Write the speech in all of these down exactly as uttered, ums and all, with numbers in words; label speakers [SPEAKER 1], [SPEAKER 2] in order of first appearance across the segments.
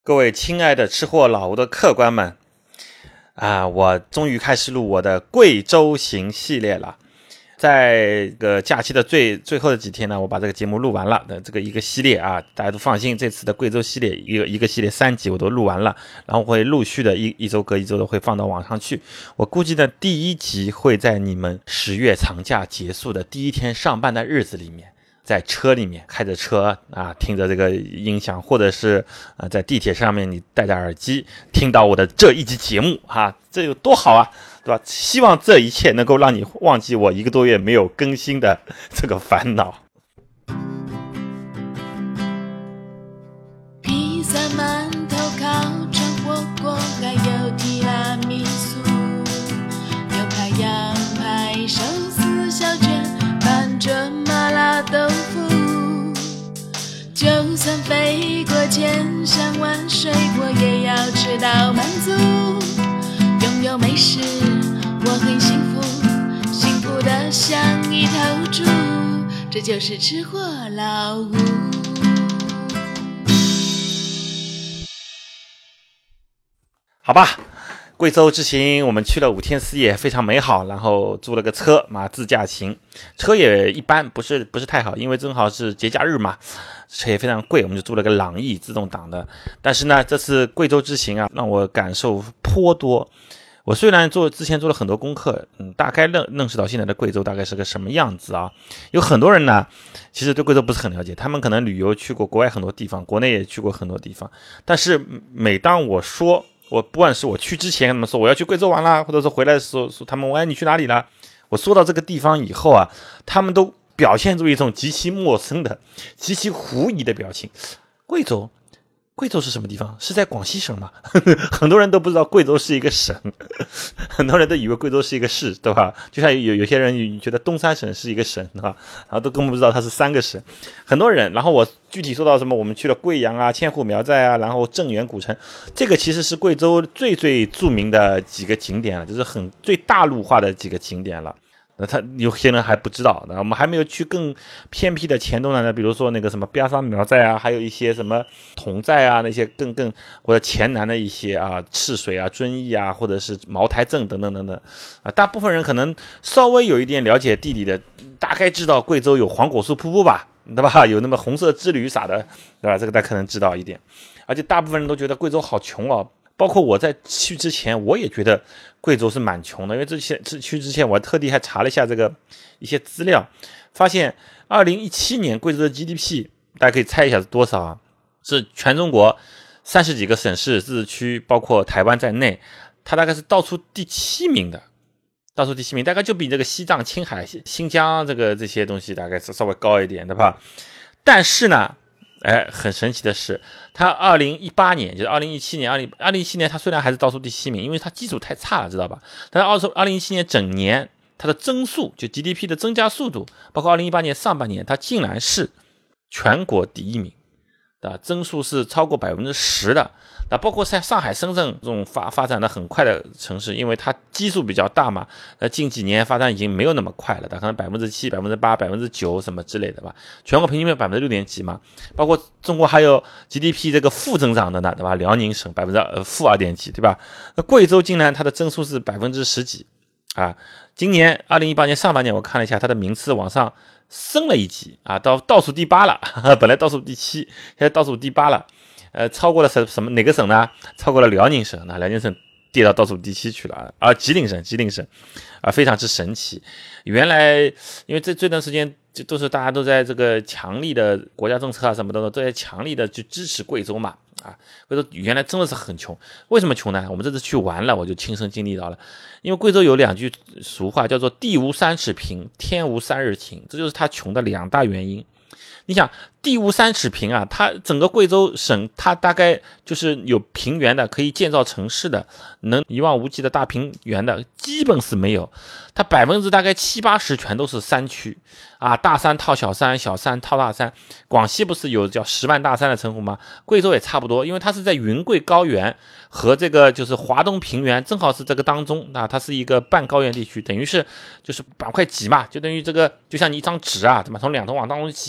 [SPEAKER 1] 各位亲爱的吃货老吴的客官们啊，我终于开始录我的贵州行系列了。在这个假期的最最后的几天呢，我把这个节目录完了的这个一个系列啊，大家都放心，这次的贵州系列一个一个系列三集我都录完了，然后会陆续的一一周隔一周的会放到网上去。我估计呢，第一集会在你们十月长假结束的第一天上班的日子里面。在车里面开着车啊，听着这个音响，或者是啊在地铁上面你戴着耳机听到我的这一集节目啊，这有多好啊，对吧？希望这一切能够让你忘记我一个多月没有更新的这个烦恼。
[SPEAKER 2] 披萨、馒头、烤肠、火锅，还有提拉米苏，牛排、羊排、寿司、小卷，拌着麻辣豆腐。就算飞过千山万水，我也要吃到满足。拥有美食，我很幸福，幸福的像一头猪。这就是吃货老吴。
[SPEAKER 1] 好吧，贵州之行我们去了五天四夜，非常美好，然后租了个车嘛，自驾行，车也一般，不是不是太好，因为正好是节假日嘛，车也非常贵，我们就租了个朗逸自动挡的。但是呢，这次贵州之行啊，让我感受颇多。我虽然做之前做了很多功课，嗯，大概认认识到现在的贵州大概是个什么样子啊。有很多人呢，其实对贵州不是很了解，他们可能旅游去过国外很多地方，国内也去过很多地方，但是每当我说我不管是我去之前跟他们说我要去贵州玩啦，或者说回来的时候说他们问哎你去哪里啦，我说到这个地方以后啊，他们都表现出一种极其陌生的、极其狐疑的表情。贵州，贵州是什么地方？是在广西省吗？很多人都不知道贵州是一个省，很多人都以为贵州是一个市，对吧？就像有有些人觉得东三省是一个省，对吧？然后都根本不知道它是三个省。很多人，然后我具体说到什么，我们去了贵阳啊、千户苗寨啊，然后镇远古城，这个其实是贵州最最著名的几个景点了，就是很最大陆化的几个景点了。那他有些人还不知道，那我们还没有去更偏僻的黔东南的，比如说那个什么边山苗寨啊，还有一些什么侗寨啊，那些更更或者黔南的一些啊赤水啊、遵义啊，或者是茅台镇等等等等啊，大部分人可能稍微有一点了解地理的，大概知道贵州有黄果树瀑布吧，对吧？有那么红色之旅啥的，对吧？这个大家可能知道一点，而且大部分人都觉得贵州好穷哦。包括我在去之前，我也觉得贵州是蛮穷的，因为之前去之前，我特地还查了一下这个一些资料，发现二零一七年贵州的 G D P， 大家可以猜一下是多少啊？是全中国三十几个省市自治区，包括台湾在内，它大概是倒数第七名的，倒数第七名，大概就比这个西藏、青海、新疆这个这些东西大概是稍微高一点，对吧？但是呢，哎，很神奇的是，他二零一八年，就是二零一七年，二零二零一七年，他虽然还是倒数第七名，因为他基础太差了，知道吧？但是二零一七年整年，它的增速，就 G D P 的增加速度，包括二零一八年上半年，它竟然是全国第一名，啊，增速是超过百分之十的。那包括在上海、深圳这种发发展的很快的城市，因为它基数比较大嘛，那近几年发展已经没有那么快了，它可能百分之七、百分之八、百分之九什么之类的吧。全国平均百分之六点几嘛，包括中国还有 G D P 这个负增长的呢，对吧？辽宁省百分之呃负二点几，对吧？那贵州竟然它的增速是百分之十几啊！今年二零一八年上半年我看了一下，它的名次往上升了一级啊，到倒数第八了，本来倒数第七，现在倒数第八了。呃，超过了什什么哪个省呢？超过了辽宁省，那辽宁省跌到倒数第七去了啊！吉林省，吉林省啊，非常之神奇。原来因为这这段时间就都是大家都在这个强力的国家政策啊什么的都在强力的去支持贵州嘛啊，贵州原来真的是很穷。为什么穷呢？我们这次去玩了，我就亲身经历到了。因为贵州有两句俗话叫做“地无三尺平，天无三日晴”，这就是它穷的两大原因。你想地无三尺平啊，它整个贵州省它大概就是有平原的，可以建造城市的，能一望无际的大平原的基本是没有，它百分之大概七八十全都是山区啊，大山套小山，小山套大山。广西不是有叫十万大山的称呼吗？贵州也差不多，因为它是在云贵高原和这个就是华东平原正好是这个当中啊，它是一个半高原地区，等于是就是板块挤嘛，就等于这个就像你一张纸啊，对吧？从两头往当中挤。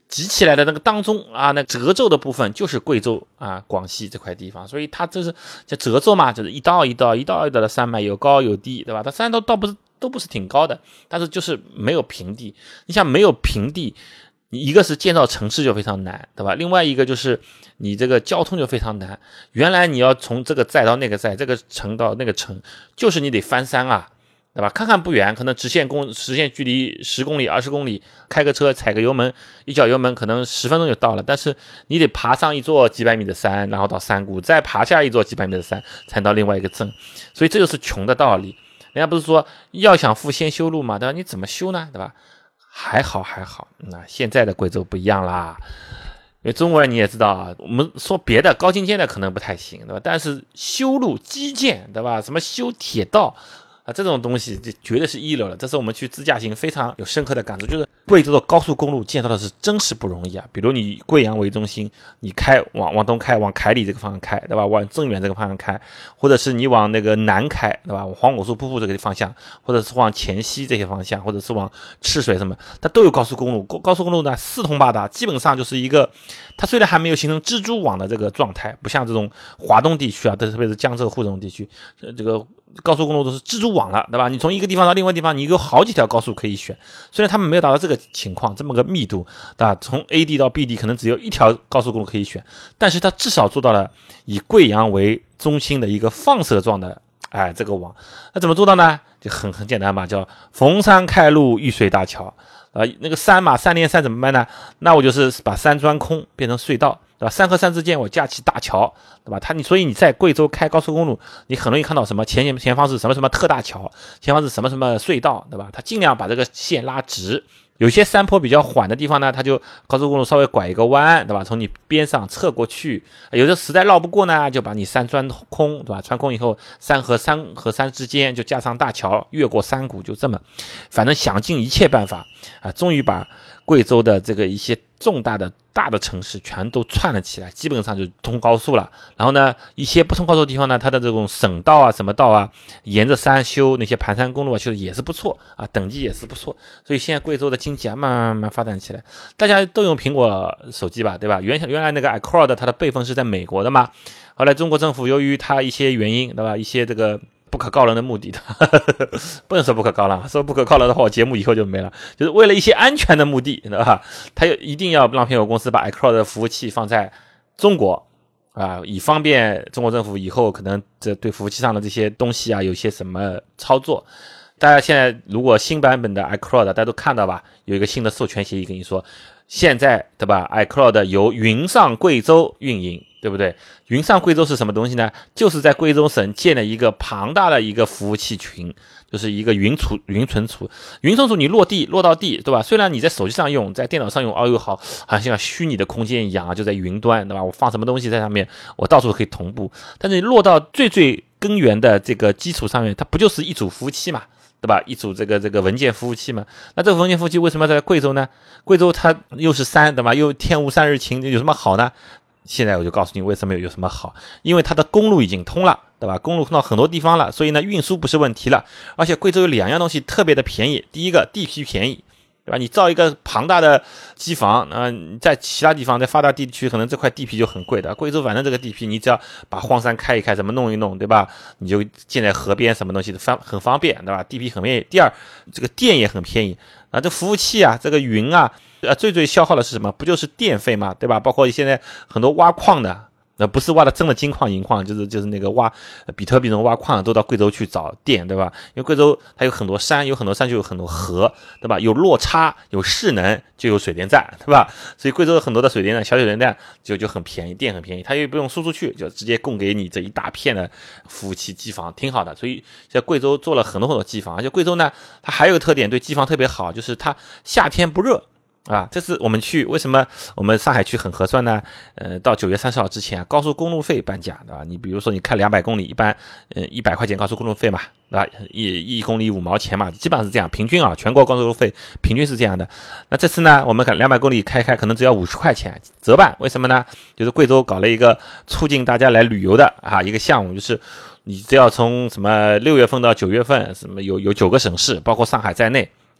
[SPEAKER 1] 挤起来的那个当中啊，那褶皱的部分就是贵州啊、广西这块地方，所以它这是叫褶皱嘛，就是一道一道、一道一道的山脉，有高有低，对吧？它山都倒不是都不是挺高的，但是就是没有平地。你想没有平地，你一个是建造城市就非常难，对吧？另外一个就是你这个交通就非常难。原来你要从这个寨到那个寨，这个城到那个城，就是你得翻山啊。对吧？看看不远，可能直线公直线距离十公里、二十公里，开个车踩个油门，一脚油门可能十分钟就到了。但是你得爬上一座几百米的山，然后到山谷，再爬下一座几百米的山，才到另外一个镇。所以这就是穷的道理。人家不是说要想富先修路嘛，对吧？你怎么修呢？对吧？还好还好，那现在的贵州不一样啦。因为中国人你也知道啊，我们说别的高精尖的可能不太行，对吧？但是修路基建，对吧？什么修铁道。啊，这种东西这绝对是一流了，这是我们去自驾行非常有深刻的感触，就是贵州的高速公路建造的是真是不容易啊。比如你贵阳为中心，你开往往东开，往凯里这个方向开，对吧？往镇远这个方向开，或者是你往那个南开，对吧？往黄果树瀑布这个方向，或者是往黔西这些方向，或者是往赤水什么，它都有高速公路。高速公路呢四通八达，基本上就是一个，它虽然还没有形成蜘蛛网的这个状态，不像这种华东地区啊，特别是江浙沪这种地区，呃，这个。高速公路都是蜘蛛网了，对吧？你从一个地方到另外地方，你有好几条高速可以选。虽然他们没有达到这个情况，这么个密度，对吧？从 A 地到 B 地可能只有一条高速公路可以选，但是它至少做到了以贵阳为中心的一个放射状的，哎，这个网。那怎么做到呢？就很很简单嘛，叫逢山开路，遇水搭桥。呃，那个山嘛，山连山怎么办呢？那我就是把山钻空，变成隧道。对吧？山和山之间我架起大桥，对吧？它你所以你在贵州开高速公路，你很容易看到什么前前方是什么什么特大桥，前方是什么什么隧道，对吧？它尽量把这个线拉直。有些山坡比较缓的地方呢，它就高速公路稍微拐一个弯，对吧？从你边上侧过去。有的实在绕不过呢，就把你山钻空，对吧？穿空以后，山和山和山之间就架上大桥，越过山谷，就这么，反正想尽一切办法啊，终于把贵州的这个一些重大的大的城市全都串了起来，基本上就通高速了。然后呢，一些不通高速的地方呢，它的这种省道啊、什么道啊，沿着山修那些盘山公路啊，修的也是不错啊，等级也是不错。所以现在贵州的经济啊，慢慢慢慢发展起来。大家都用苹果手机吧，对吧？原原来那个 iCloud 它的备份是在美国的嘛，后来中国政府由于它一些原因，对吧？一些这个。不可告人的目的的，不能说不可告人，说不可告人的话，我节目以后就没了。就是为了一些安全的目的，对吧？他一定要让苹果公司把 iCloud 的服务器放在中国啊，以方便中国政府以后可能这对服务器上的这些东西啊，有些什么操作。大家现在如果新版本的 iCloud 大家都看到吧，有一个新的授权协议跟你说，现在对吧 iCloud 由云上贵州运营。对不对？云上贵州是什么东西呢？就是在贵州省建了一个庞大的一个服务器群，就是一个云储、云存储、云存储。你落地落到地，对吧？虽然你在手机上用，在电脑上用，哦哟好，好像虚拟的空间一样啊，就在云端，对吧？我放什么东西在上面，我到处可以同步。但是你落到最最根源的这个基础上面，它不就是一组服务器嘛？对吧？一组这个这个文件服务器嘛，那这个文件服务器为什么要在贵州呢？贵州它又是山，对吧？又天无三日晴，有什么好呢？现在我就告诉你为什么有什么好，因为它的公路已经通了，对吧？公路通到很多地方了，所以呢运输不是问题了。而且贵州有两样东西特别的便宜，第一个地皮便宜，对吧？你造一个庞大的机房，呃，在其他地方在发达地区可能这块地皮就很贵的，贵州反正这个地皮你只要把荒山开一开，怎么弄一弄，对吧？你就建在河边，什么东西方很方便，对吧？地皮很便宜。第二，这个电也很便宜啊，这服务器啊，这个云啊。呃，最最消耗的是什么？不就是电费吗？对吧？包括现在很多挖矿的，那不是挖的真的金矿银矿，就是就是那个挖比特币那种挖矿的，都到贵州去找电，对吧？因为贵州它有很多山，有很多山就有很多河，对吧？有落差，有势能，就有水电站，对吧？所以贵州有很多的水电站，小水电站就就很便宜，电很便宜，它又不用输出去，就直接供给你这一大片的服务器机房，挺好的。所以在贵州做了很多很多机房，而且贵州呢，它还有个特点，对机房特别好，就是它夏天不热。啊，这次我们去，为什么我们上海去很合算呢？呃，到九月三十号之前，高速公路费半价，对吧？你比如说你开两百公里，一般呃一百块钱高速公路费嘛，对吧？一一公里五毛钱嘛，基本上是这样，平均啊，全国高速公路费平均是这样的。那这次呢，我们看两百公里开开，可能只要五十块钱折半，为什么呢？就是贵州搞了一个促进大家来旅游的啊一个项目，就是你只要从什么六月份到九月份，什么有有九个省市，包括上海在内。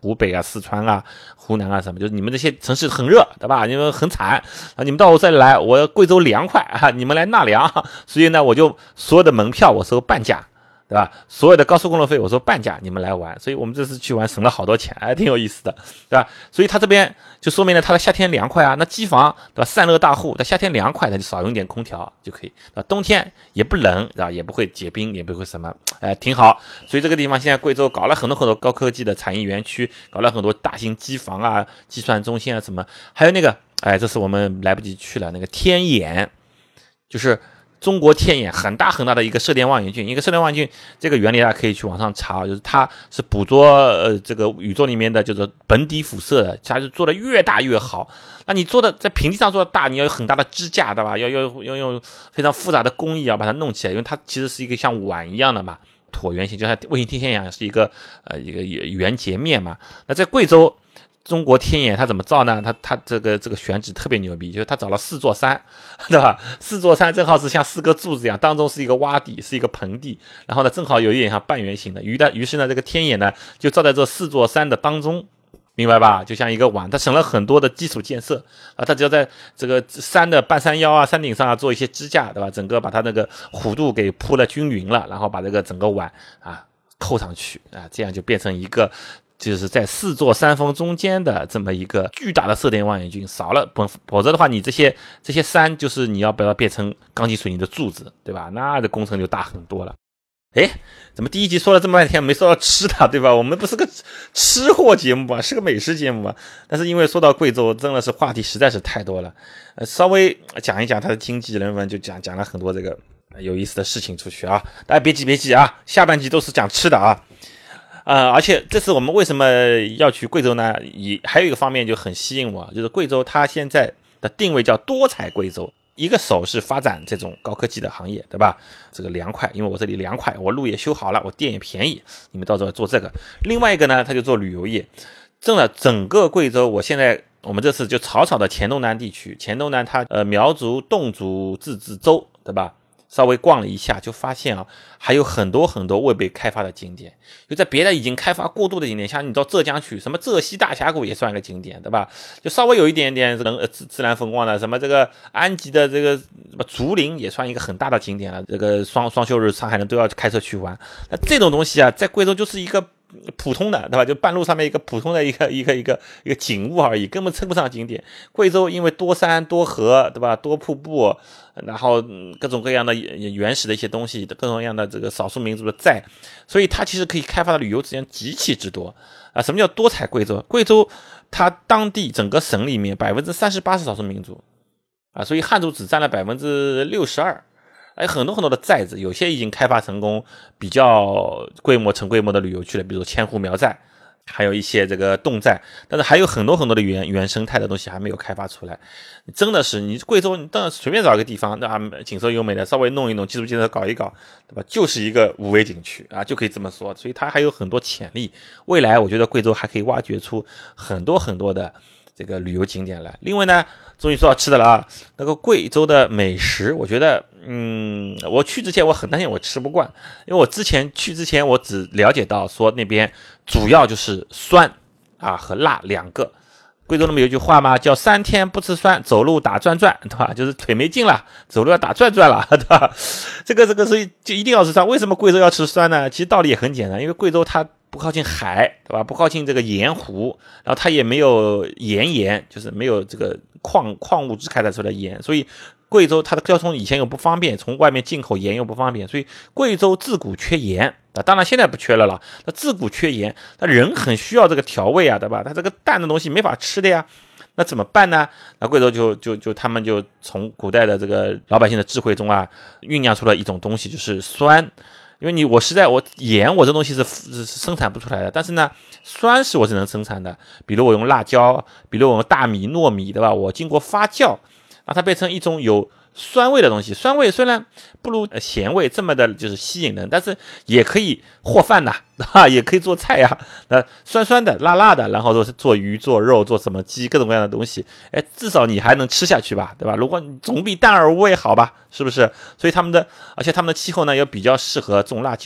[SPEAKER 1] 湖北啊、四川啊、湖南啊什么，就是你们这些城市很热，对吧？你们很惨啊，你们到我这里来，我贵州凉快啊，你们来纳凉，所以呢，我就所有的门票我收半价。对吧？所有的高速公路费我说半价，你们来玩，所以我们这次去玩省了好多钱，还挺有意思的，对吧？所以他这边就说明了他的夏天凉快啊，那机房对吧？散热大户，他夏天凉快，他就少用点空调就可以，对吧？冬天也不冷，对吧？也不会结冰，也不会什么，哎、呃，挺好。所以这个地方现在贵州搞了很多很多高科技的产业园区，搞了很多大型机房啊、计算中心啊什么，还有那个，哎，这是我们来不及去了，那个天眼，就是。中国天眼很大很大的一个射电望远镜，一个射电望远镜这个原理大家可以去网上查，就是它是捕捉呃这个宇宙里面的就是本底辐射的，它是做的越大越好。那你做的在平地上做的大，你要有很大的支架，对吧？要要要用非常复杂的工艺啊把它弄起来，因为它其实是一个像碗一样的嘛，椭圆形，就像卫星天线一样，是一个呃一个圆截面嘛。那在贵州。中国天眼它怎么造呢？它它这个这个选址特别牛逼，就是它找了四座山，对吧？四座山正好是像四个柱子一样，当中是一个洼地，是一个盆地，然后呢正好有一点像半圆形的。于的于是呢，这个天眼呢就照在这四座山的当中，明白吧？就像一个碗，它省了很多的基础建设啊，它只要在这个山的半山腰啊、山顶上啊做一些支架，对吧？整个把它那个弧度给铺了均匀了，然后把这个整个碗啊扣上去啊，这样就变成一个。就是在四座山峰中间的这么一个巨大的射电望远镜，少了不否则的话，你这些这些山就是你要不要变成钢筋水泥的柱子，对吧？那这工程就大很多了。哎，怎么第一集说了这么半天没说到吃的，对吧？我们不是个吃货节目吧，是个美食节目吧？但是因为说到贵州，真的是话题实在是太多了，呃，稍微讲一讲它的经济人文，就讲讲了很多这个有意思的事情出去啊。大家别急别急啊，下半集都是讲吃的啊。呃，而且这次我们为什么要去贵州呢？也还有一个方面就很吸引我，就是贵州它现在的定位叫多彩贵州。一个手是发展这种高科技的行业，对吧？这个凉快，因为我这里凉快，我路也修好了，我电也便宜，你们到时候做这个。另外一个呢，它就做旅游业。真的，整个贵州，我现在我们这次就草草的黔东南地区，黔东南它呃苗族、侗族自治州，对吧？稍微逛了一下，就发现啊，还有很多很多未被开发的景点。就在别的已经开发过度的景点，像你到浙江去，什么浙西大峡谷也算个景点，对吧？就稍微有一点点人呃自自然风光的，什么这个安吉的这个什么竹林也算一个很大的景点了。这个双双休日，上海人都要开车去玩。那这种东西啊，在贵州就是一个普通的，对吧？就半路上面一个普通的一个一个一个一个景物而已，根本称不上景点。贵州因为多山多河，对吧？多瀑布。然后各种各样的原始的一些东西，各种各样的这个少数民族的在，所以它其实可以开发的旅游资源极其之多啊！什么叫多彩贵州？贵州它当地整个省里面百分之三十八是少数民族啊，所以汉族只占了百分之六十二，还有很多很多的寨子，有些已经开发成功，比较规模成规模的旅游区了，比如说千户苗寨。还有一些这个侗寨，但是还有很多很多的原原生态的东西还没有开发出来。真的是你贵州，你当然随便找一个地方，那景色优美的，稍微弄一弄，基础建设搞一搞，对吧？就是一个五维景区啊，就可以这么说。所以它还有很多潜力。未来我觉得贵州还可以挖掘出很多很多的这个旅游景点来。另外呢，终于说到吃的了啊，那个贵州的美食，我觉得，嗯，我去之前我很担心我吃不惯，因为我之前去之前我只了解到说那边主要就是酸啊和辣两个。贵州那么有句话嘛，叫三天不吃酸，走路打转转，对吧？就是腿没劲了，走路要打转转了，对吧？这个这个所以就一定要吃酸。为什么贵州要吃酸呢？其实道理也很简单，因为贵州它不靠近海，对吧？不靠近这个盐湖，然后它也没有盐盐，就是没有这个矿矿物质开采出来的盐，所以贵州它的交通以前又不方便，从外面进口盐又不方便，所以贵州自古缺盐。当然现在不缺了了，那自古缺盐，那人很需要这个调味啊，对吧？他这个淡的东西没法吃的呀，那怎么办呢？那贵州就就就他们就从古代的这个老百姓的智慧中啊，酝酿出了一种东西，就是酸。因为你我实在我盐我这东西是是生产不出来的，但是呢，酸是我是能生产的。比如我用辣椒，比如我用大米、糯米，对吧？我经过发酵，让它变成一种有酸味的东西。酸味虽然不如咸味这么的就是吸引人，但是也可以和饭呐，啊，也可以做菜呀。那酸酸的、辣辣的，然后做做鱼、做肉、做什么鸡，各种各样的东西，哎，至少你还能吃下去吧，对吧？如果你总比淡而无味好吧，是不是？所以他们的，而且他们的气候呢，又比较适合种辣椒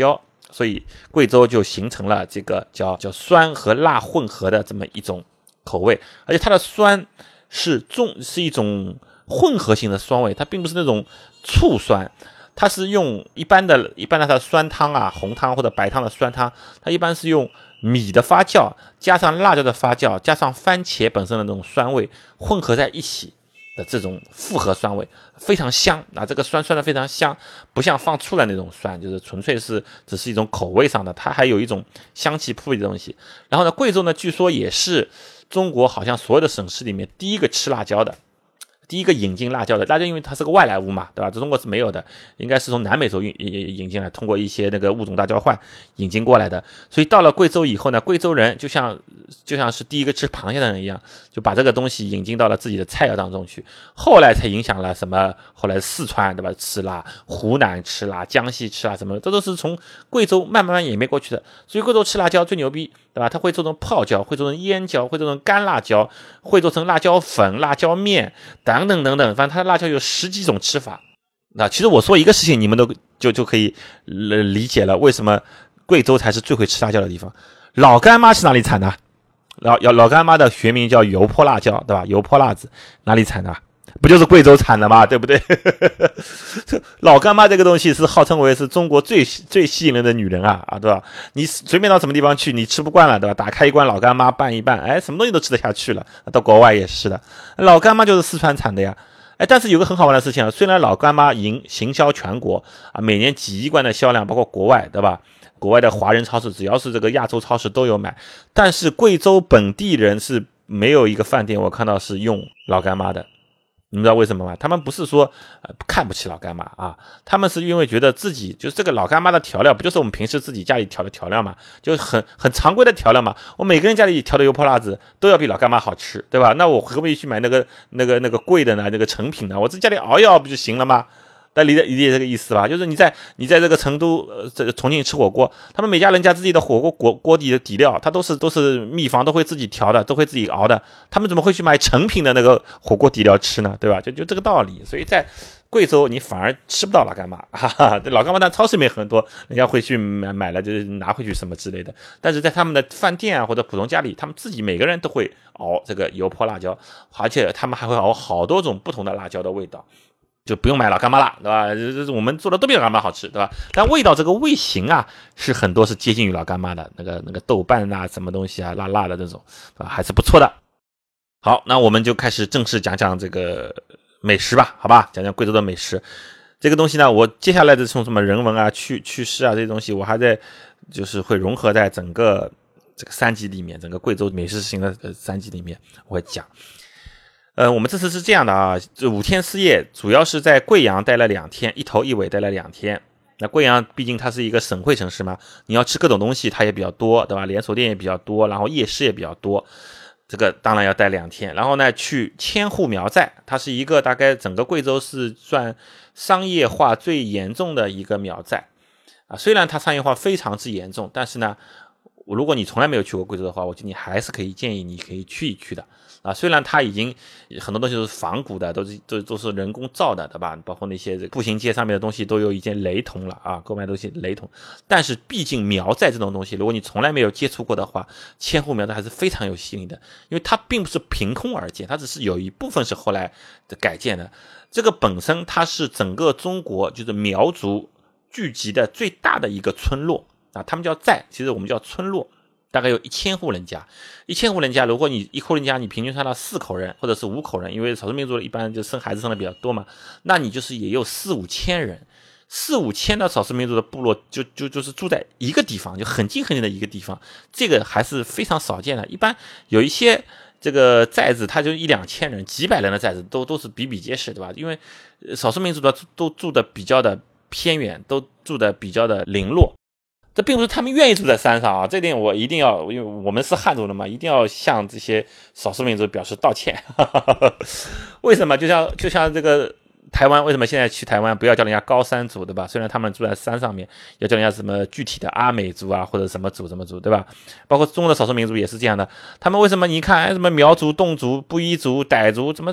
[SPEAKER 1] 所以贵州就形成了这个叫叫酸和辣混合的这么一种口味，而且它的酸是重是一种混合性的酸味，它并不是那种醋酸，它是用一般的一般的它的酸汤啊，红汤或者白汤的酸汤，它一般是用米的发酵加上辣椒的发酵加上番茄本身的那种酸味混合在一起的这种复合酸味，非常香啊！这个酸酸的非常香，不像放出来那种酸，就是纯粹是只是一种口味上的，它还有一种香气扑鼻的东西。然后呢，贵州呢，据说也是中国好像所有的省市里面第一个吃辣椒的。第一个引进辣椒的，辣椒因为它是个外来物嘛，对吧？这中国是没有的，应该是从南美洲引引进来，通过一些那个物种大交换引进过来的。所以到了贵州以后呢，贵州人就像就像是第一个吃螃蟹的人一样，就把这个东西引进到了自己的菜肴当中去。后来才影响了什么？后来四川对吧吃辣，湖南吃辣，江西吃辣什么，这都是从贵州慢慢慢演变过去的。所以贵州吃辣椒最牛逼，对吧？它会做成泡椒，会做成腌椒，会做成干辣椒，会做成辣椒粉、辣椒面等等等等，反正它的辣椒有十几种吃法。那其实我说一个事情，你们都就就可以理解了，为什么贵州才是最会吃辣椒的地方。老干妈是哪里产的？老老干妈的学名叫油泼辣椒，对吧？油泼辣子哪里产的？不就是贵州产的吗？对不对？老干妈这个东西是号称为是中国最最吸引人的女人啊啊，对吧？你随便到什么地方去，你吃不惯了，对吧？打开一罐老干妈拌一拌，哎，什么东西都吃得下去了。到国外也是的，老干妈就是四川产的呀。哎，但是有个很好玩的事情啊，虽然老干妈营行销全国啊，每年几亿罐的销量，包括国外，对吧？国外的华人超市，只要是这个亚洲超市都有买，但是贵州本地人是没有一个饭店我看到是用老干妈的。你们知道为什么吗？他们不是说、呃、看不起老干妈啊，他们是因为觉得自己就是这个老干妈的调料，不就是我们平时自己家里调的调料嘛，就是很很常规的调料嘛。我每个人家里调的油泼辣子都要比老干妈好吃，对吧？那我何必去买那个那个那个贵的呢？那个成品呢？我自己家里熬一熬不就行了吗？但理解理解这个意思吧？就是你在你在这个成都、呃、这个重庆吃火锅，他们每家人家自己的火锅锅锅底的底料，它都是都是秘方，都会自己调的，都会自己熬的。他们怎么会去买成品的那个火锅底料吃呢？对吧？就就这个道理。所以在贵州你反而吃不到老干妈，哈哈，老干妈在超市里面很多，人家会去买买了就是拿回去什么之类的。但是在他们的饭店啊或者普通家里，他们自己每个人都会熬这个油泼辣椒，而且他们还会熬好多种不同的辣椒的味道。就不用买老干妈了，对吧？我们做的都比老干妈好吃，对吧？但味道这个味型啊，是很多是接近于老干妈的，那个那个豆瓣啊，什么东西啊，辣辣的这种，对吧？还是不错的。好，那我们就开始正式讲讲这个美食吧，好吧？讲讲贵州的美食。这个东西呢，我接下来的这种什么人文啊、趣趣事啊这些东西，我还在就是会融合在整个这个三集里面，整个贵州美食型的三集里面，我会讲。呃，我们这次是这样的啊，这五天四夜，主要是在贵阳待了两天，一头一尾待了两天。那贵阳毕竟它是一个省会城市嘛，你要吃各种东西，它也比较多，对吧？连锁店也比较多，然后夜市也比较多，这个当然要待两天。然后呢，去千户苗寨，它是一个大概整个贵州是算商业化最严重的一个苗寨啊。虽然它商业化非常之严重，但是呢，如果你从来没有去过贵州的话，我觉得你还是可以建议你可以去一去的。啊，虽然它已经很多东西都是仿古的，都是都都是人工造的，对吧？包括那些步行街上面的东西都有一件雷同了啊，购买东西雷同。但是毕竟苗寨这种东西，如果你从来没有接触过的话，千户苗寨还是非常有吸引力的，因为它并不是凭空而建，它只是有一部分是后来的改建的。这个本身它是整个中国就是苗族聚集的最大的一个村落啊，他们叫寨，其实我们叫村落。大概有一千户人家，一千户人家，如果你一户人家你平均算到四口人或者是五口人，因为少数民族一般就生孩子生的比较多嘛，那你就是也有四五千人，四五千的少数民族的部落就就就是住在一个地方，就很近很近的一个地方，这个还是非常少见的。一般有一些这个寨子，它就一两千人、几百人的寨子都都是比比皆是，对吧？因为少数民族的都住的比较的偏远，都住的比较的零落。这并不是他们愿意住在山上啊，这点我一定要，因为我们是汉族的嘛，一定要向这些少数民族表示道歉。为什么？就像就像这个台湾，为什么现在去台湾不要叫人家高山族，对吧？虽然他们住在山上面，要叫人家什么具体的阿美族啊，或者什么族什么族，对吧？包括中国的少数民族也是这样的，他们为什么你看什么苗族、侗族、布依族、傣族，怎么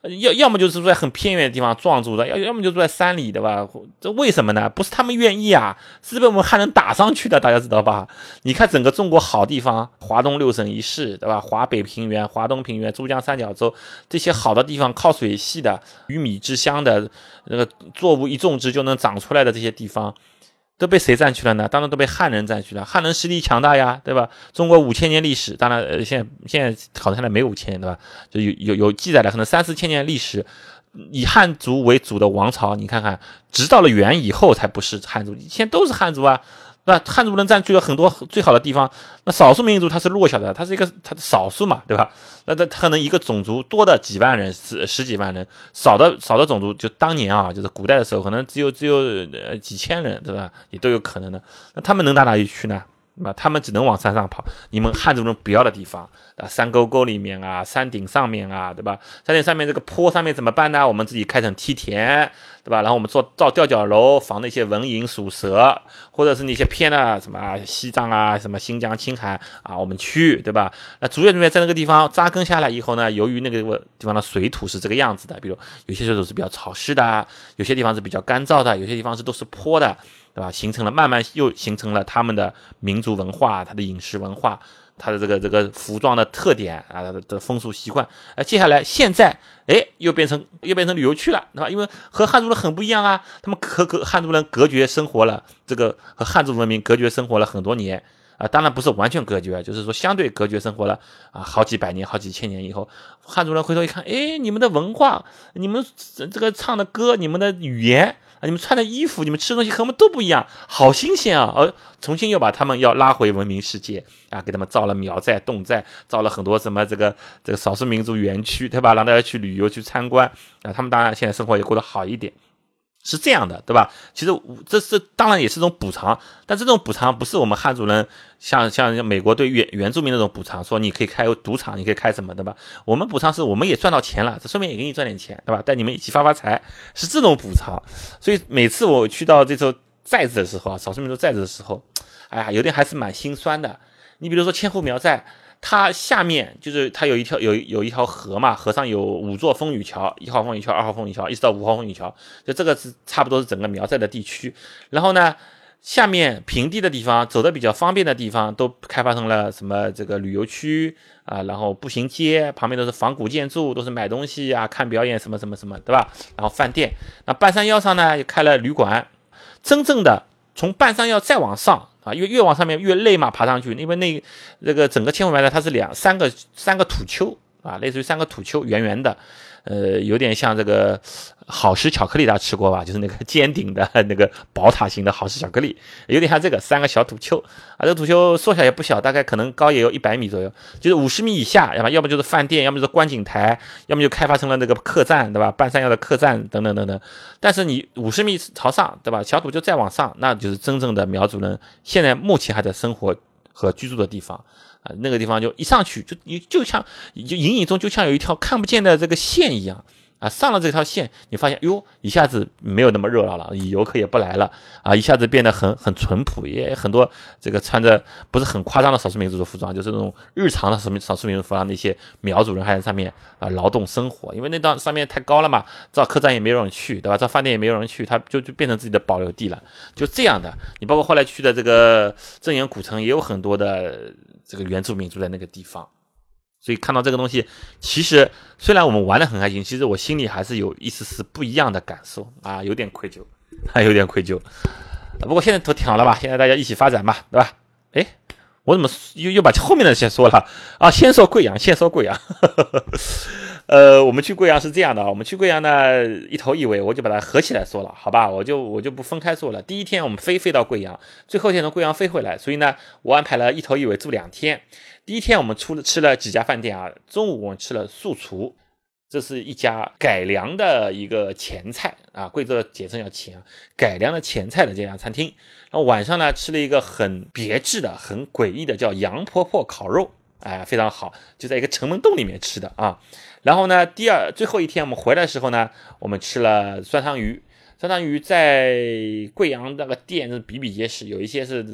[SPEAKER 1] 要要么就是住在很偏远的地方壮族的，要要么就住在山里，对吧？这为什么呢？不是他们愿意啊，是被我们汉人打上去的，大家知道吧？你看整个中国好地方，华东六省一市，对吧？华北平原、华东平原、珠江三角洲这些好的地方，靠水系的、鱼米之乡的，那个作物一种植就能长出来的这些地方。都被谁占去了呢？当然都被汉人占去了。汉人实力强大呀，对吧？中国五千年历史，当然呃，现在现在好像现在没五千年，对吧？就有有有记载的，可能三四千年历史，以汉族为主的王朝，你看看，直到了元以后才不是汉族，以前都是汉族啊。那汉族人占据了很多最好的地方，那少数民族它是弱小的，它是一个它的少数嘛，对吧？那它可能一个种族多的几万人，十十几万人，少的少的种族就当年啊，就是古代的时候，可能只有只有呃几千人，对吧？也都有可能的。那他们能到哪里去呢？对吧？他们只能往山上跑，你们汉族人不要的地方啊，山沟沟里面啊，山顶上面啊，对吧？山顶上面这个坡上面怎么办呢？我们自己开成梯田，对吧？然后我们做造吊脚楼，防那些蚊蝇鼠蛇，或者是那些偏的什么西藏啊、什么新疆、青海啊，我们去，对吧？那逐渐逐渐在那个地方扎根下来以后呢，由于那个地方的水土是这个样子的，比如有些水土是比较潮湿的，有些地方是比较干燥的，有些地方是都是坡的。对吧？形成了，慢慢又形成了他们的民族文化，他的饮食文化，他的这个这个服装的特点啊的的风俗习惯。哎，接下来现在，哎，又变成又变成旅游区了，对吧？因为和汉族人很不一样啊，他们和和汉族人隔绝生活了，这个和汉族文明隔绝生活了很多年啊，当然不是完全隔绝，就是说相对隔绝生活了啊，好几百年、好几千年以后，汉族人回头一看，哎，你们的文化，你们这个唱的歌，你们的语言。你们穿的衣服，你们吃的东西和我们都不一样，好新鲜啊！而重新又把他们要拉回文明世界啊，给他们造了苗寨、侗寨，造了很多什么这个这个少数民族园区，对吧？让大家去旅游去参观啊，他们当然现在生活也过得好一点。是这样的，对吧？其实这是当然也是一种补偿，但这种补偿不是我们汉族人像像美国对原原住民那种补偿，说你可以开赌场，你可以开什么，对吧？我们补偿是我们也赚到钱了，这顺便也给你赚点钱，对吧？带你们一起发发财，是这种补偿。所以每次我去到这种寨子的时候啊，少数民族寨子的时候，哎呀，有点还是蛮心酸的。你比如说千户苗寨。它下面就是它有一条有有一条河嘛，河上有五座风雨桥，一号风雨桥、二号风雨桥，一直到五号风雨桥，就这个是差不多是整个苗寨的地区。然后呢，下面平地的地方，走的比较方便的地方，都开发成了什么这个旅游区啊，然后步行街旁边都是仿古建筑，都是买东西啊、看表演什么什么什么，对吧？然后饭店，那半山腰上呢又开了旅馆，真正的从半山腰再往上。啊，越越往上面越累嘛，爬上去，因为那这个整个千户苗寨它是两三个三个土丘啊，类似于三个土丘，圆圆的，呃，有点像这个好食巧克力，大家吃过吧？就是那个尖顶的那个宝塔型的好食巧克力，有点像这个三个小土丘啊。这个土丘缩小也不小，大概可能高也有一百米左右，就是五十米以下，要么要么就是饭店，要么就是观景台，要么就开发成了那个客栈，对吧？半山腰的客栈等等等等。但是你五十米朝上，对吧？小土丘再往上，那就是真正的苗族人现在目前还在生活和居住的地方。啊，那个地方就一上去就你就像就隐隐中就像有一条看不见的这个线一样啊，上了这条线，你发现哟，一下子没有那么热闹了，游客也不来了啊，一下子变得很很淳朴，也很多这个穿着不是很夸张的少数民族的服装，就是那种日常的少数少数民族服装，那些苗族人还在上面啊劳动生活，因为那档上面太高了嘛，造客栈也没有人去，对吧？造饭店也没有人去，它就就变成自己的保留地了，就这样的。你包括后来去的这个镇远古城，也有很多的。这个原住民住在那个地方，所以看到这个东西，其实虽然我们玩得很开心，其实我心里还是有一丝丝不一样的感受啊，有点愧疚，还有点愧疚。不过现在都挺好了吧？现在大家一起发展吧，对吧？哎，我怎么又又把后面的先说了啊？先说贵阳，先说贵阳。呃，我们去贵阳是这样的，我们去贵阳呢，一头一尾，我就把它合起来说了，好吧？我就我就不分开说了。第一天我们飞飞到贵阳，最后一天从贵阳飞回来，所以呢，我安排了一头一尾住两天。第一天我们出了吃了几家饭店啊，中午我们吃了素厨，这是一家改良的一个前菜啊，贵州的简称叫前啊，改良的前菜的这家餐厅。然后晚上呢，吃了一个很别致的、很诡异的叫杨婆婆烤肉。哎，非常好，就在一个城门洞里面吃的啊。然后呢，第二最后一天我们回来的时候呢，我们吃了酸汤鱼。酸汤鱼在贵阳那个店是比比皆是，有一些是这种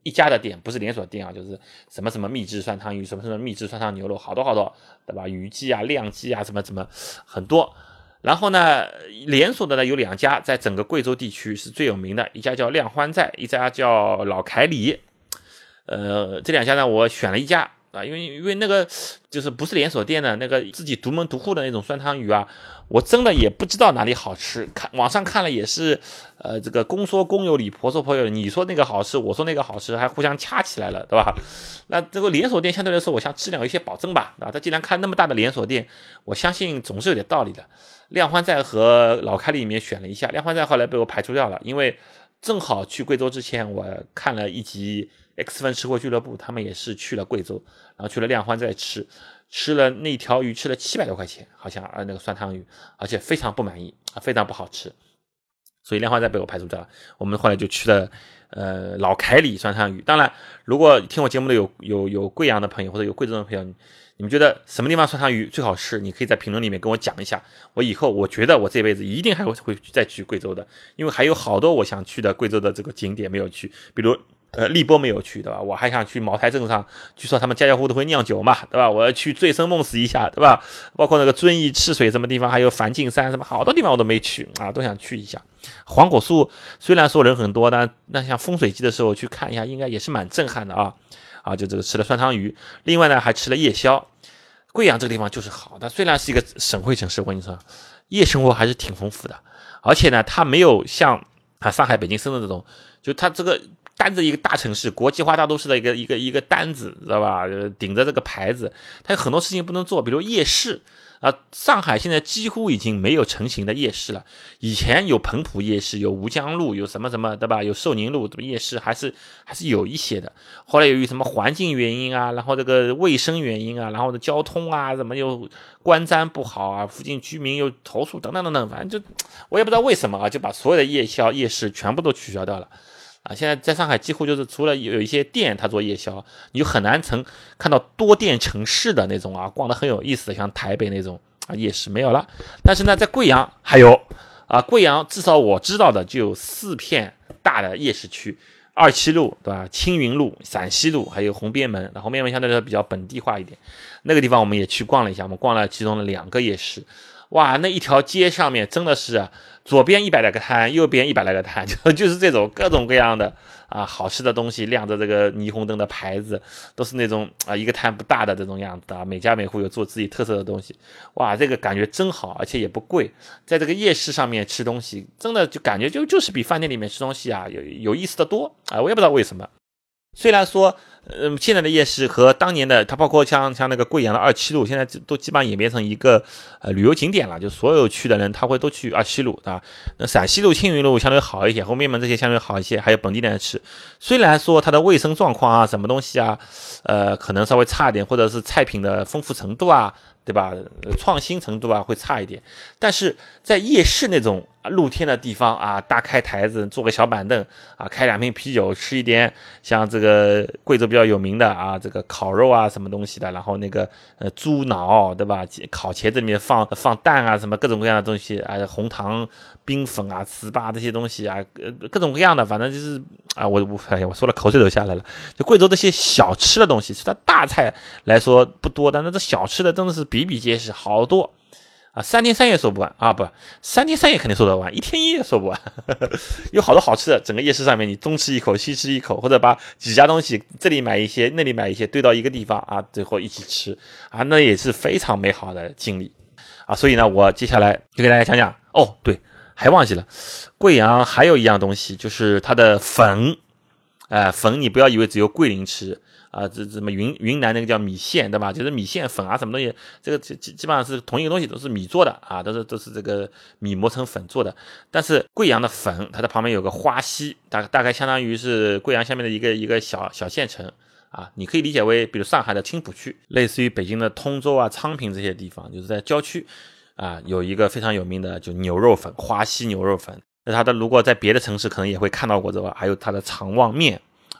[SPEAKER 1] 一家的店，不是连锁店啊，就是什么什么秘制酸汤鱼，什么什么秘制酸汤牛肉，好多好多，对吧？鱼记啊、亮记啊，什么什么很多。然后呢，连锁的呢有两家，在整个贵州地区是最有名的，一家叫靓欢菜，一家叫老凯里。呃，这两家呢，我选了一家啊，因为因为那个就是不是连锁店的那个自己独门独户的那种酸汤鱼啊，我真的也不知道哪里好吃，看网上看了也是，呃，这个公说公有理，婆说婆有理，你说那个好吃，我说那个好吃，还互相掐起来了，对吧？那这个连锁店相对来说，我想质量有一些保证吧，啊，他既然看那么大的连锁店，我相信总是有点道理的。靓欢菜和老开里面选了一下，靓欢菜后来被我排除掉了，因为正好去贵州之前，我看了一集 X 分吃货俱乐部，他们也是去了贵州，然后去了靓欢菜吃，吃了那条鱼吃了七百多块钱，好像啊那个酸汤鱼，而且非常不满意，非常不好吃，所以靓欢菜被我排除掉了。我们后来就去了呃老凯里酸汤鱼。当然，如果听我节目的有有有贵阳的朋友或者有贵州的朋友，你们觉得什么地方酸汤鱼最好吃？你可以在评论里面跟我讲一下。我以后我觉得我这辈子一定还会会再去贵州的，因为还有好多我想去的贵州的这个景点没有去，比如呃荔波没有去，对吧？我还想去茅台镇上，据说他们家家户户都会酿酒嘛，对吧？我要去醉生梦死一下，对吧？包括那个遵义赤水什么地方，还有梵净山什么好多地方我都没去啊，都想去一下。黄果树虽然说人很多，但那像风水季的时候去看一下，应该也是蛮震撼的啊。啊，就这个吃了酸汤鱼，另外呢还吃了夜宵。贵阳这个地方就是好，它虽然是一个省会城市，我跟你说，夜生活还是挺丰富的，而且呢，它没有像啊上海、北京、深圳这种，就它这个单着一个大城市、国际化大都市的一个一个一个单子，知道吧？顶着这个牌子，它有很多事情不能做，比如夜市。啊，上海现在几乎已经没有成型的夜市了。以前有彭浦夜市，有吴江路，有什么什么，对吧？有寿宁路，夜市还是还是有一些的。后来由于什么环境原因啊，然后这个卫生原因啊，然后的交通啊，怎么又观瞻不好啊，附近居民又投诉等等等等，反正就我也不知道为什么啊，就把所有的夜宵夜市全部都取消掉了。啊，现在在上海几乎就是除了有一些店它做夜宵，你就很难曾看到多店城市的那种啊，逛得很有意思的，像台北那种啊夜市没有了。但是呢，在贵阳还有啊，贵阳至少我知道的就有四片大的夜市区，二七路对吧？青云路、陕西路，还有红边门。那红边门相对来说比较本地化一点，那个地方我们也去逛了一下，我们逛了其中的两个夜市。哇，那一条街上面真的是、啊、左边一百来个摊，右边一百来个摊，就就是这种各种各样的啊好吃的东西，亮着这个霓虹灯的牌子，都是那种啊一个摊不大的这种样子啊，每家每户有做自己特色的东西。哇，这个感觉真好，而且也不贵，在这个夜市上面吃东西，真的就感觉就就是比饭店里面吃东西啊有有意思的多啊，我也不知道为什么。虽然说，嗯、呃，现在的夜市和当年的，它包括像像那个贵阳的二七路，现在都基本上演变成一个呃旅游景点了，就所有去的人他会都去二七路啊。那陕西路、青云路相对好一些，红边门这些相对好一些，还有本地人吃。虽然说它的卫生状况啊，什么东西啊，呃，可能稍微差一点，或者是菜品的丰富程度啊，对吧？创新程度啊会差一点，但是在夜市那种露天的地方啊，搭开台子，坐个小板凳啊，开两瓶啤酒，吃一点像这个贵州比较有名的啊，这个烤肉啊什么东西的，然后那个呃猪脑对吧？烤茄子里面放放蛋啊，什么各种各样的东西啊，红糖、冰粉啊、糍粑这些东西啊，呃各种各样的，反正就是啊，我我哎呀，我说了口水都下来了。就贵州这些小吃的东西，是它大菜来说不多，但是这小吃的真的是比比皆是，好多。啊，三天三夜说不完啊！不，三天三夜肯定说得完，一天一夜说不完。有好多好吃的，整个夜市上面你东吃一口西吃一口，或者把几家东西这里买一些那里买一些堆到一个地方啊，最后一起吃啊，那也是非常美好的经历啊。所以呢，我接下来就给大家讲讲哦，对，还忘记了，贵阳还有一样东西，就是它的粉。哎、呃，粉你不要以为只有桂林吃。啊，这这么云云南那个叫米线，对吧？就是米线粉啊，什么东西，这个基基本上是同一个东西，都是米做的啊，都是都是这个米磨成粉做的。但是贵阳的粉，它的旁边有个花溪，大大概相当于是贵阳下面的一个一个小小县城啊，你可以理解为，比如上海的青浦区，类似于北京的通州啊、昌平这些地方，就是在郊区啊，有一个非常有名的就牛肉粉，花溪牛肉粉。那它的如果在别的城市可能也会看到过这个，还有它的肠旺面。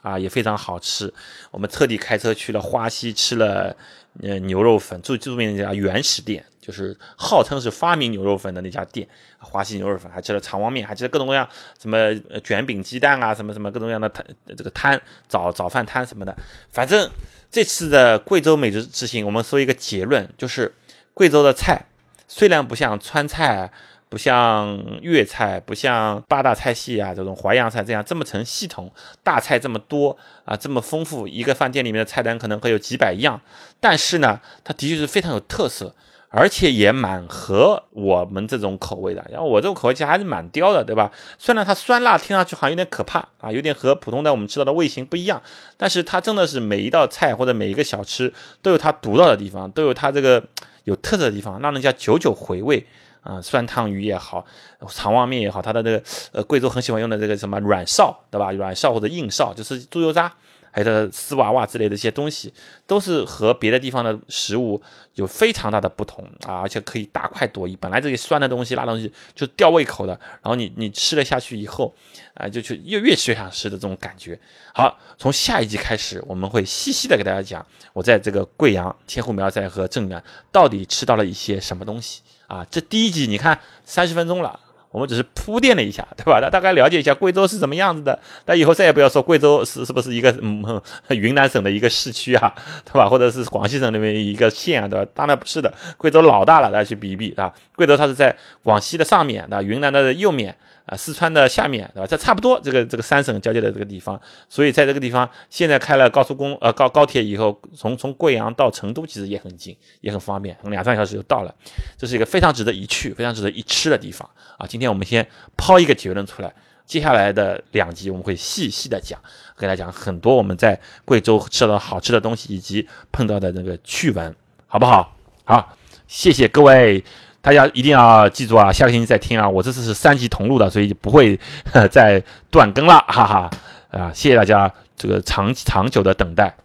[SPEAKER 1] 啊，也非常好吃。我们特地开车去了花溪吃了呃牛肉粉，住住面那家原始店，就是号称是发明牛肉粉的那家店，花溪牛肉粉，还吃了肠旺面，还吃了各种各样什么卷饼鸡蛋啊，什么什么各种各样的摊这个摊早早饭摊什么的。反正这次的贵州美食之行，我们说一个结论，就是贵州的菜虽然不像川菜，不像粤菜，不像八大菜系啊这种淮扬菜这样这么成系统，大菜这么多啊，这么丰富，一个饭店里面的菜单可能会有几百样，但是呢，它的确是非常有特色，而且也蛮合我们这种口味的。然后我这种口味其实还是蛮刁的，对吧？虽然它酸辣听上去好像有点可怕啊，有点和普通的我们吃到的味型不一样，但是它真的是每一道菜或者每一个小吃都有它独到的地方，都有它这个有特色的地方，让人家久久回味。啊、呃，酸汤鱼也好，肠旺面也好，它的这个呃贵州很喜欢用的这个什么软哨，对吧？软哨或者硬哨，就是猪油渣，还有它的丝娃娃之类的一些东西，都是和别的地方的食物有非常大的不同啊，而且可以大快朵颐。本来这些酸的东西、辣的东西就吊胃口的，然后你你吃了下去以后，啊、呃，就就越越吃越想吃的这种感觉。好，从下一集开始，我们会细细的给大家讲，我在这个贵阳、千户苗寨和镇远到底吃到了一些什么东西。啊，这第一集你看三十分钟了，我们只是铺垫了一下，对吧？大大概了解一下贵州是什么样子的。那以后再也不要说贵州是是不是一个嗯云南省的一个市区啊，对吧？或者是广西省那边一个县啊，对吧？当然不是的，贵州老大了，大家去比一比啊。贵州它是在广西的上面，啊，云南的右面。啊，四川的下面，对吧？这差不多，这个这个三省交界的这个地方，所以在这个地方，现在开了高速公呃高高铁以后，从从贵阳到成都其实也很近，也很方便，两三小时就到了。这是一个非常值得一去、非常值得一吃的地方啊！今天我们先抛一个结论出来，接下来的两集我们会细细的讲，给大家讲很多我们在贵州吃到好吃的东西以及碰到的那个趣闻，好不好？好，谢谢各位。大家一定要记住啊，下个星期再听啊！我这次是三集同录的，所以不会再断更了，哈哈！啊，谢谢大家这个长长久的等待。